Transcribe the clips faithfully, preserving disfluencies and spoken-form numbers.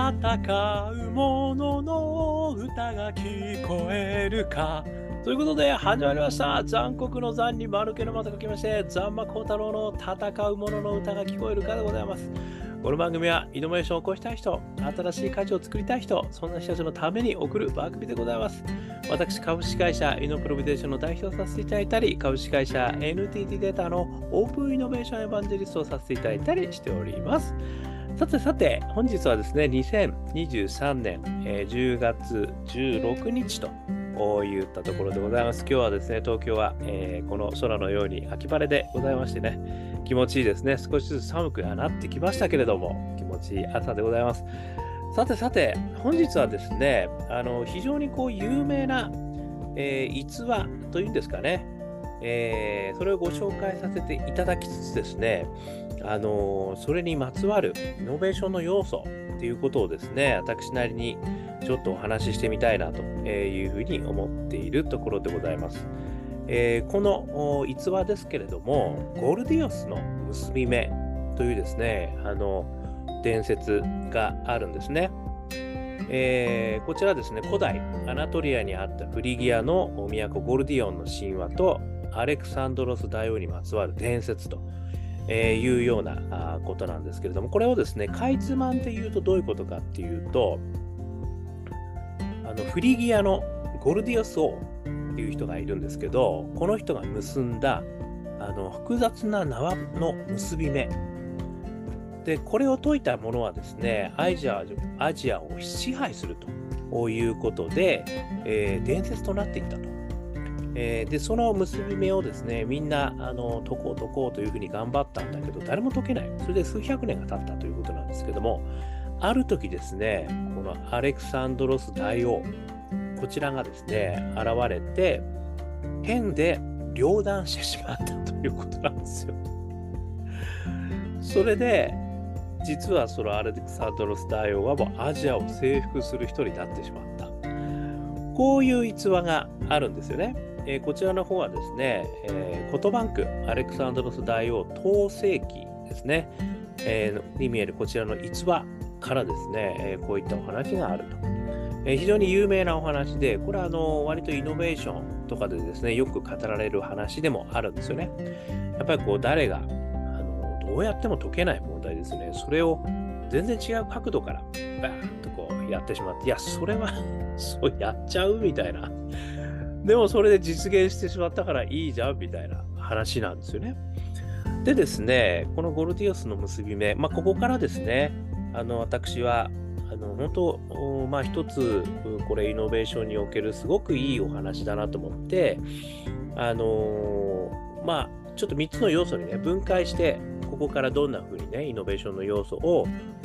戦う者の歌が聞こえるか。ということで始まりました。残酷の残に丸けのまと書きまして、残馬孝太郎の戦う者の歌が聞こえるかでございます。この番組はイノベーションを起こしたい人、新しい価値を作りたい人、そんな人たちのために送る番組でございます。私、株式会社イノプロビデーションの代表をさせていただいたり、株式会社 エヌティーティー データのオープンイノベーションエヴァンジェリストをさせていただいたりしております。さてさて、本日はですね、にせんにじゅうさんねん、えー、じゅうがつじゅうろくにちと言ったところでございます。今日はですね、東京は、えー、この空のように秋晴れでございましてね、気持ちいいですね。少しずつ寒くはなってきましたけれども、気持ちいい朝でございます。さてさて、本日はですね、あの非常にこう有名な、えー、逸話というんですかね、えー、それをご紹介させていただきつつですね、あのー、それにまつわるイノベーションの要素っていうことをですね、私なりにちょっとお話ししてみたいなというふうに思っているところでございます。えー、この逸話ですけれども、ゴルディオスの結び目というですね、あの伝説があるんですね。えー、こちらですね、古代アナトリアにあったフリギアの都ゴルディオンの神話とアレクサンドロス大王にまつわる伝説というようなことなんですけれども、これをですね、かいつまんで言うとどういうことかっていうと、あのフリギアのゴルディオス王っていう人がいるんですけど、この人が結んだあの複雑な縄の結び目で、これを解いたものはですね、アジア、アジアを支配するということで、えー、伝説となっていったと。えー、で、その結び目をですね、みんなあの解こう解こうというふうに頑張ったんだけど、誰も解けない。それで数百年が経ったということなんですけども、ある時ですね、このアレクサンドロス大王、こちらがですね、現れて、剣で両断してしまったということなんですよ。それで、実はそのアレクサンドロス大王はもうアジアを征服する人になってしまった。こういう逸話があるんですよね。えー、こちらの方はですね、えー、コトバンクアレクサンドロス大王統世記ですね、えー、に見えるこちらの逸話からですね、えー、こういったお話があると。えー、非常に有名なお話で、これはあの割とイノベーションとかでですね、よく語られる話でもあるんですよね。やっぱりこう誰があのどうやっても解けない問題ですね。それを全然違う角度からバーンとこうやってしまって、いや、それはそうやっちゃうみたいな。でもそれで実現してしまったからいいじゃんみたいな話なんですよね。でですね、このゴルディオスの結び目、まあ、ここからですね、あの私はあの本当、まあ、一つこれイノベーションにおけるすごくいいお話だなと思って、あのまあちょっとみっつの要素にね分解して、ここからどんな風にねイノベーションの要素を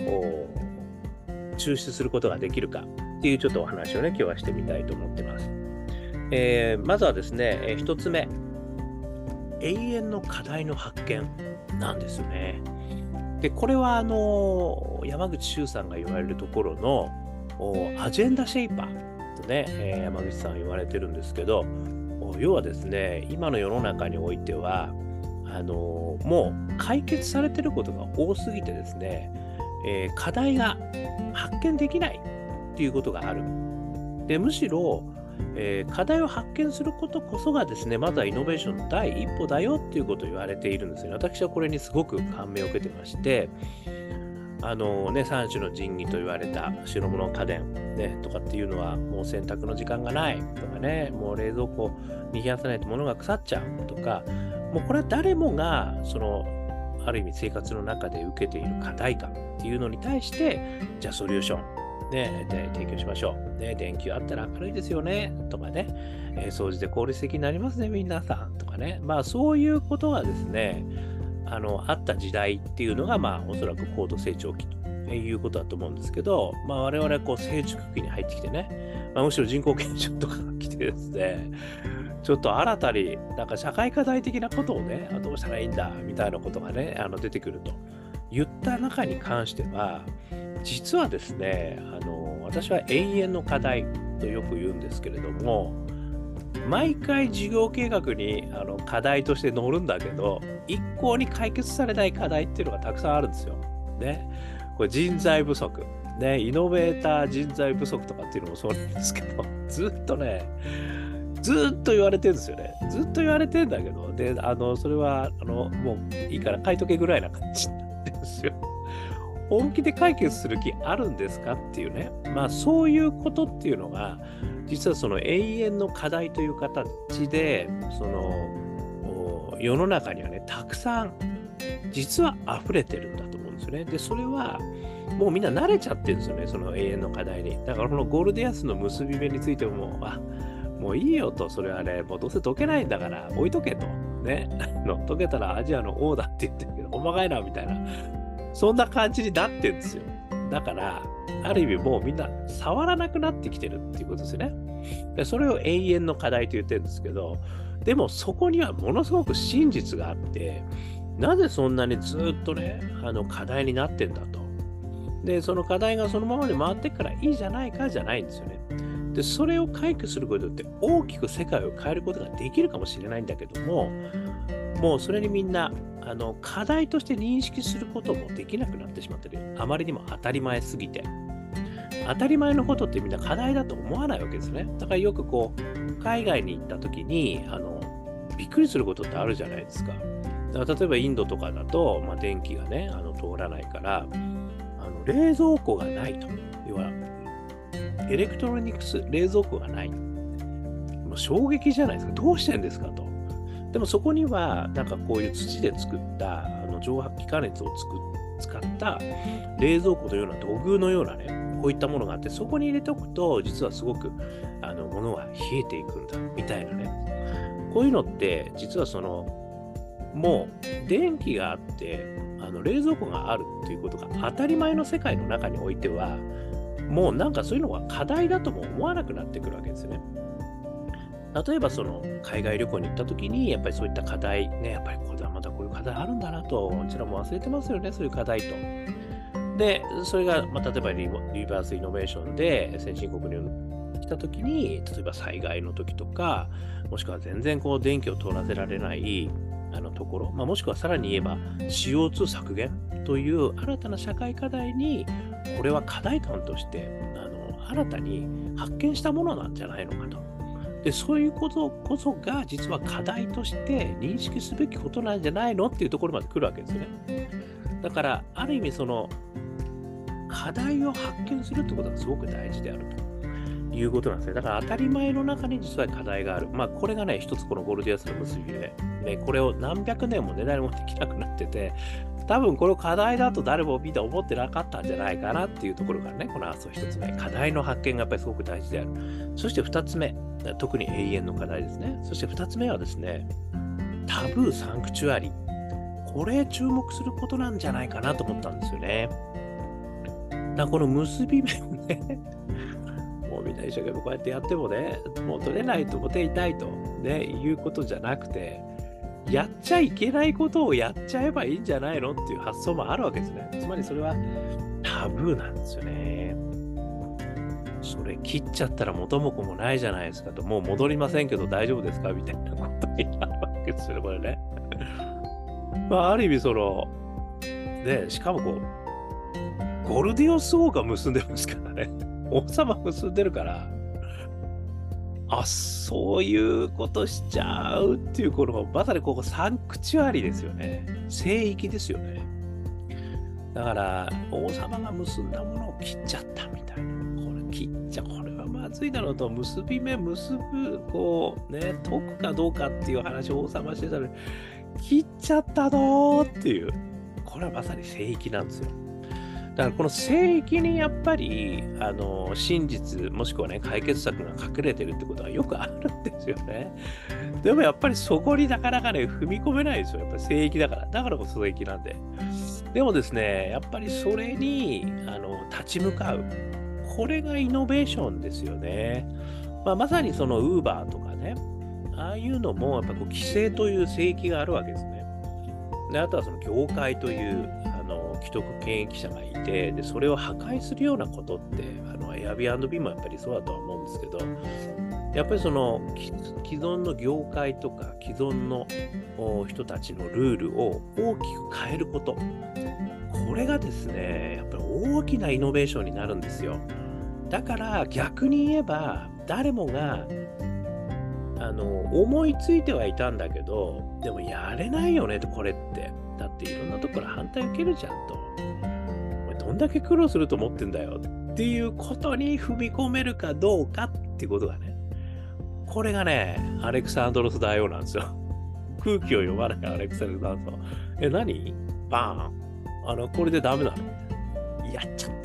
抽出することができるかっていうちょっとお話をね今日はしてみたいと思ってます。えー、まずはですね、えー、ひとつめ、永遠の課題の発見なんですよね。で、これはあの山口周さんが言われるところのアジェンダシェイパーとね、えー、山口さん言われてるんですけど、要はですね、今の世の中においてはあのもう解決されてることが多すぎてですね、えー、課題が発見できないっていうことがある。で、むしろえー、課題を発見することこそがですね、まずはイノベーションの第一歩だよっていうことを言われているんですよね。私はこれにすごく感銘を受けてまして、あのね、三種の神器と言われた白物家電、ね、とかっていうのはもう洗濯の時間がないとかね、もう冷蔵庫に冷やさないと物が腐っちゃうとか、もうこれは誰もがそのある意味生活の中で受けている課題感っていうのに対して、じゃあソリューションね、で提供しましょう、ね。電球あったら明るいですよねとかね、えー、掃除で効率的になりますね、皆さんとかね。まあそういうことがですね、あの、あった時代っていうのが、まあおそらく高度成長期ということだと思うんですけど、まあ我々はこう成熟期に入ってきてね、まあ、むしろ人口減少とかが来てですね、ちょっと新たになんか社会課題的なことをね、どうしたらいいんだみたいなことがね、あの出てくると言った中に関しては、実はですね、あの私は永遠の課題とよく言うんですけれども、毎回事業計画にあの課題として載るんだけど、一向に解決されない課題っていうのがたくさんあるんですよ。ね、これ人材不足、 ね、イノベーター人材不足とかっていうのもそうなんですけど、ずっとね、ずっと言われてるんですよね。ずっと言われてるんだけど、で、あの、それは、あの、もういいから書いとけぐらいな感じになってるんですよ。本気で解決する気あるんですかっていうね。まあ、そういうことっていうのが、実はその永遠の課題という形で、その、世の中にはね、たくさん、実は溢れてるんだと思うんですよね。で、それは、もうみんな慣れちゃってるんですよね、その永遠の課題に。だからこのゴールデンアスの結び目についても、もう、あ、もういいよと、それはね、もうどうせ解けないんだから置いとけと。ね。の解けたらアジアの王だって言ってるけど、ほんまかいな、みたいな。そんな感じになってるんですよ。だから、ある意味もうみんな触らなくなってきてるっていうことですよね。でそれを永遠の課題と言ってるんですけど、でもそこにはものすごく真実があって、なぜそんなにずっとね、あの課題になってんだと。で、その課題がそのままで回ってからいいじゃないかじゃないんですよね。で、それを解決することによって大きく世界を変えることができるかもしれないんだけども、もうそれにみんな、あの、課題として認識することもできなくなってしまってる。あまりにも当たり前すぎて。当たり前のことってみんな課題だと思わないわけですね。だからよくこう、海外に行った時に、あの、びっくりすることってあるじゃないですか。だから例えばインドとかだと、まあ、電気がね、あの通らないから、あの冷蔵庫がないと。要は、エレクトロニクス、冷蔵庫がない。もう衝撃じゃないですか。どうしてんですかと。でもそこには、なんかこういう土で作ったあの蒸発気化熱をつく使った冷蔵庫のような土偶のようなね、こういったものがあって、そこに入れておくと、実はすごくあのものが冷えていくんだ、みたいなね。こういうのって、実はその、もう電気があって、あの冷蔵庫があるっていうことが当たり前の世界の中においては、もうなんかそういうのが課題だとも思わなくなってくるわけですよね。例えばその海外旅行に行った時にやっぱりそういった課題ね、やっぱりこれはまだこういう課題あるんだなと、こちらも忘れてますよね、そういう課題と。で、それが、まあ、例えばリリバースイノベーションで先進国に来た時に、例えば災害の時とか、もしくは全然こう電気を通らせられないあのところ、まあ、もしくはさらに言えば シーオーツー 削減という新たな社会課題に、これは課題感としてあの新たに発見したものなんじゃないのかと。で、そういうことこそが実は課題として認識すべきことなんじゃないのっていうところまで来るわけですね。だから、ある意味その課題を発見するってことがすごく大事であるということなんですね。だから当たり前の中に実は課題がある。まあこれがね、一つこのゴールデンアスの結びで、ね、これを何百年もね、誰もできなくなってて、多分これを課題だと誰もみんな思ってなかったんじゃないかなっていうところからね、この明日一つ目、課題の発見がやっぱりすごく大事である。そして二つ目、特に永遠の課題ですね。そして二つ目はですね、タブーサンクチュアリ。これ注目することなんじゃないかなと思ったんですよね。だからこの結び目をね、もうみんな一生懸命こうやってやってもね、もう取れないと、もう手痛いと、ね、いうことじゃなくて、やっちゃいけないことをやっちゃえばいいんじゃないのっていう発想もあるわけですね。つまりそれはタブーなんですよね。それ切っちゃったら元も子もないじゃないですかと、もう戻りませんけど大丈夫ですかみたいなことになるわけですよね、これね。まあ、ある意味その、ね、しかもこう、ゴルディオス王が結んでますからね。王様結んでるから、あ、そういうことしちゃうっていう、この、まさにここサンクチュアリですよね。聖域ですよね。だから、王様が結んだものを切っちゃったみたいな。これ切っちゃ、これはまずいだろうと、結び目、結ぶ、こう、ね、解くかどうかっていう話を王様してたのに、切っちゃったのーっていう。これはまさに聖域なんですよ。だからこの聖域にやっぱりあの真実もしくはね解決策が隠れてるってことはよくあるんですよね。でもやっぱりそこになかなかね踏み込めないですよ。やっぱり聖域だから。だからこそ聖域なんで。でもですね、やっぱりそれにあの立ち向かう。これがイノベーションですよね。まあ、まさにそのウーバーとかね、ああいうのもやっぱこう規制という聖域があるわけですね。であとはその業界という既得権益者がいて、でそれを破壊するようなことって、あの Airbnb もやっぱりそうだとは思うんですけど、やっぱりその既存の業界とか既存の人たちのルールを大きく変えること、これがですね、やっぱり大きなイノベーションになるんですよ。だから逆に言えば、誰もがあの思いついてはいたんだけど、でもやれないよねと、これって。だっていろんなところ反対受けるじゃんと。お前どんだけ苦労すると思ってんだよっていうことに踏み込めるかどうかっていうことがね。これがね、アレクサンドロス大王なんですよ。空気を読まないアレクサンドロス大王。え、何バーン。あの、これでダメなのやっちゃった。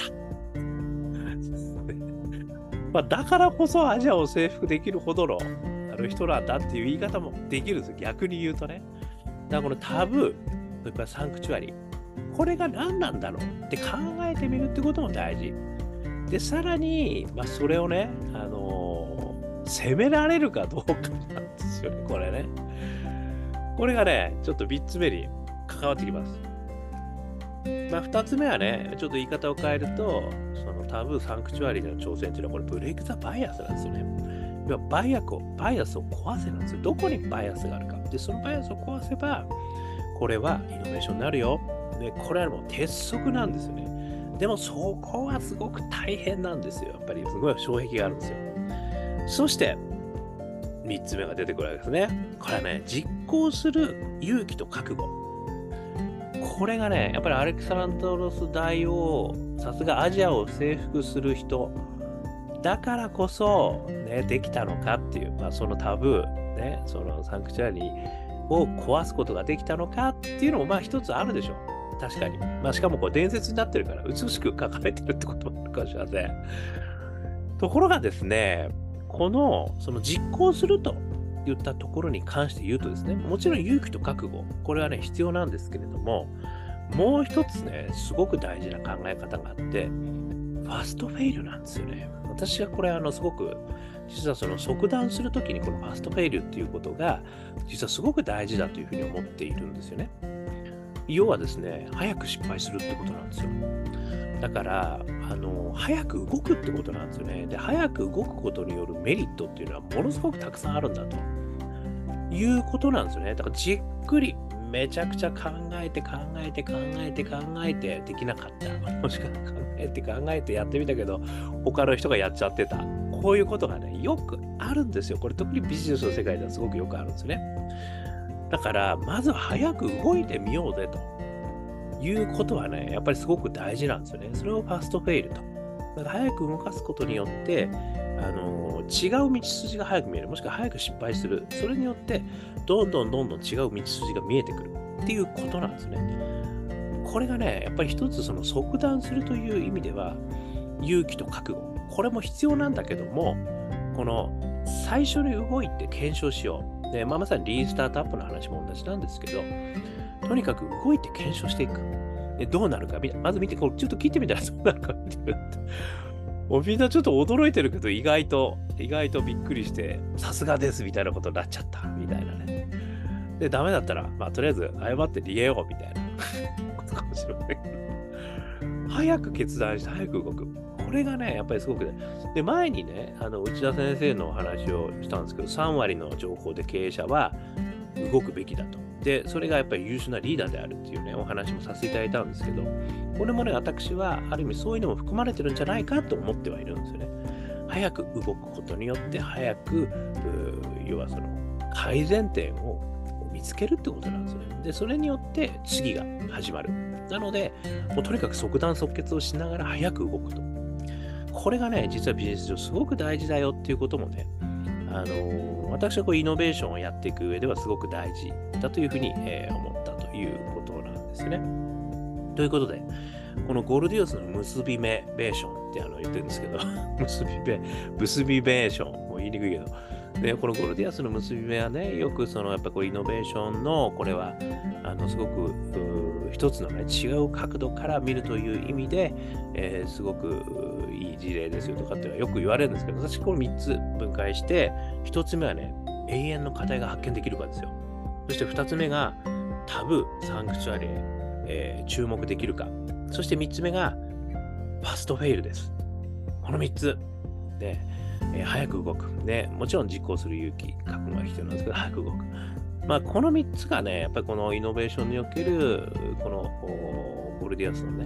まあ、だからこそアジアを征服できるほどのあの人なんだっていう言い方もできるんですよ。逆に言うとね。だからこのタブー、それからサンクチュアリ、これが何なんだろうって考えてみるってことも大事。で、さらに、まあ、それをね、あのー、責められるかどうかなんですよね、これね。これがね、ちょっとみっつめに関わってきます。まあ、ふたつめはね、ちょっと言い方を変えると、そのタブー、サンクチュアリの挑戦っていうのは、これ、ブレイク・ザ・バイアスなんですよね。要はバイアスを、バイアスを壊せなんですよ。どこにバイアスがあるか。で、そのバイアスを壊せば、これはイノベーションになるよ。で、これはもう鉄則なんですよね。でも、そこはすごく大変なんですよ。やっぱりすごい障壁があるんですよ。そして、みっつめが出てくるわけですね。これはね、実行する勇気と覚悟。これがね、やっぱりアレクサンドロス大王、さすがアジアを征服する人だからこそ、ね、できたのかっていう、まあ、そのタブー、ね、そのサンクチュアリを壊すことができたのかっていうのも、まあ一つあるでしょう。確かに。まあしかもこう伝説になってるから、美しく書かれてるってこともあるかもしれません。ところがですね、この、その実行すると言ったところに関して言うとですね、もちろん勇気と覚悟、これはね、必要なんですけれども、もう一つね、すごく大事な考え方があって、ファストフェイルなんですよね。私はこれ、あの、すごく、実はその即断するときにこのファストフェイルっていうことが、実はすごく大事だというふうに思っているんですよね。要はですね、早く失敗するってことなんですよ。だから、あの、早く動くってことなんですよね。で、早く動くことによるメリットっていうのはものすごくたくさんあるんだということなんですよね。だからじっくり、めちゃくちゃ考えて考えて考えて考えてできなかった。もしくは考えて考えてやってみたけど、他の人がやっちゃってた。こういうことがね、よくあるんですよ。これ特にビジネスの世界ではすごくよくあるんですよね。だから、まずは早く動いてみようぜということはね、やっぱりすごく大事なんですよね。それをファストフェイルと。だから早く動かすことによって、あのー、違う道筋が早く見える。もしくは早く失敗する。それによって、どんどんどんどん違う道筋が見えてくるっていうことなんですね。これがね、やっぱり一つその即断するという意味では、勇気と覚悟。これも必要なんだけども、この最初に動いて検証しよう。で、まあ、まさにリーンスタートアップの話も同じなんですけど、とにかく動いて検証していく。でどうなるか、まず見て、これちょっと聞いてみたらどうなるか見てみる。もうみんなちょっと驚いてるけど、意外と、意外とびっくりして、さすがですみたいなことになっちゃった、みたいなね。で、ダメだったら、まあ、とりあえず謝って逃げよう、みたいなことかもしれないけど。早く決断して、早く動く。これがね、やっぱりすごくね。で、前にね、あの内田先生のお話をしたんですけど、さん割の情報で経営者は動くべきだと。で、それがやっぱり優秀なリーダーであるっていうね、お話もさせていただいたんですけど、これもね、私はある意味そういうのも含まれてるんじゃないかと思ってはいるんですよね。早く動くことによって、早く、要はその改善点を見つけるってことなんですよね。で、それによって次が始まる。なので、もうとにかく即断即決をしながら早く動くと。これがね、実はビジネス上すごく大事だよっていうこともね、あのー、私はこうイノベーションをやっていく上ではすごく大事だというふうに、えー、思ったということなんですね。ということで、このゴルディオスの結び目ベーションってあの言ってるんですけど、結び目、結びベーション、もう言いにくいけど、でこのゴルディアスの結び目はね、よくそのやっぱこうイノベーションのこれはあのすごく一つのね違う角度から見るという意味で、えー、すごくいい事例ですよとかってよく言われるんですけど、私このみっつ分解して、ひとつめはね、永遠の課題が発見できるかですよ。そしてふたつめがタブー、サンクチュアリ、えー、注目できるか。そしてみっつめがファストフェイルです。このみっつで、えー、早く動く。ね、もちろん実行する勇気、覚悟が必要なんですけど、早く動く。まあ、このみっつがね、やっぱりこのイノベーションにおける、このゴルディアスのね、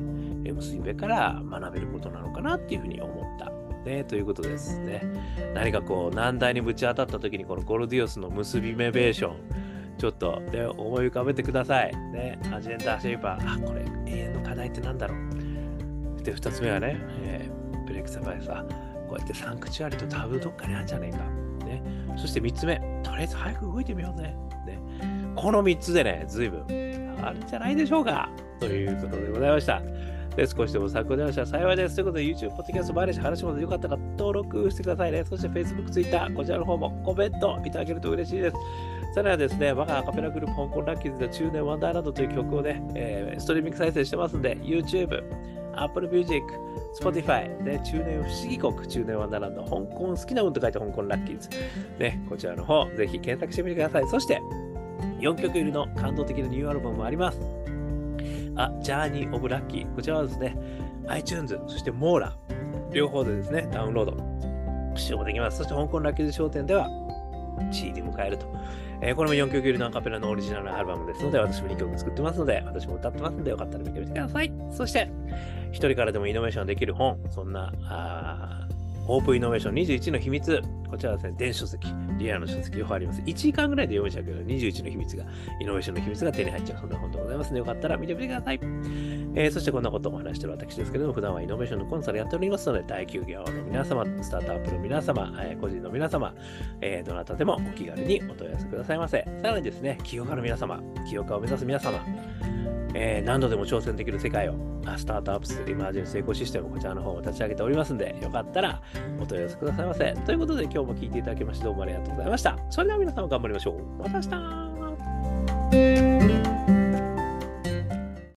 え結び目から学べることなのかなっていうふうに思った。ね、ということですね。何かこう難題にぶち当たった時にこのゴルディオスの結び目ベーション、ちょっと、ね、思い浮かべてください。ね、アジェンダシェイパー、あ、これ永遠の課題ってなんだろう。で、二つ目はね、えー、ブレイクサバイさ、こうやってサンクチュアリとタブどっかにあるんじゃねえか。ね、そして三つ目、とりあえず早く動いてみようぜ。ね、この三つでね、随分あるんじゃないでしょうか。ということでございました。で、少しでも参考になりましたら幸いです。ということで、YouTube、Podcast、バレシ話もよかったら登録してくださいね。そして Facebook、Twitter、こちらの方もコメントいただけると嬉しいです。さらにはですね、我がアカペラグループ、香港ラッキーズで中年ワンダーランドという曲をね、えー、ストリーミング再生してますんで、YouTube、Apple Music、Spotify、で中年不思議国、中年ワンダーランド、香港好きな運と書いて香港ラッキーズ。ね、こちらの方、ぜひ検索してみてください。そして、よんきょく入りの感動的なニューアルバムもあります。あ、ジャーニー・オブ・ラッキー。こちらはですね、iTunes、そしてモーラ、両方でですね、ダウンロード、使用できます。そして香港ラッキーズ商店では シーディー も買えると。えー、これもよんきょく入りのアカペラのオリジナルアルバムですので、私もにきょく作ってますので、私も歌ってますので、よかったら見てみてください。そして、一人からでもイノベーションできる本、そんな、あオープンイノベーションにじゅういちの秘密。こちらはですね、電子書籍、リアルの書籍両方あります。いちじかんぐらいで読めちゃうけど、にじゅういちの秘密が、イノベーションの秘密が手に入っちゃう。そんな本でございますので、よかったら見てみてください。えー、そしてこんなことをお話している私ですけれども、普段はイノベーションのコンサルやっておりますので、大企業の皆様、スタートアップの皆様、えー、個人の皆様、えー、どなたでもお気軽にお問い合わせくださいませ。さらにですね、起業家の皆様、起業家を目指す皆様、えー、何度でも挑戦できる世界を、スタートアップスエマージェンスエコシステム、こちらの方を立ち上げておりますので、よかったらお問い合わせくださいませ。ということで、今日も聞いていただきまして、どうもありがとうございました。それでは皆様頑張りましょう。また明日。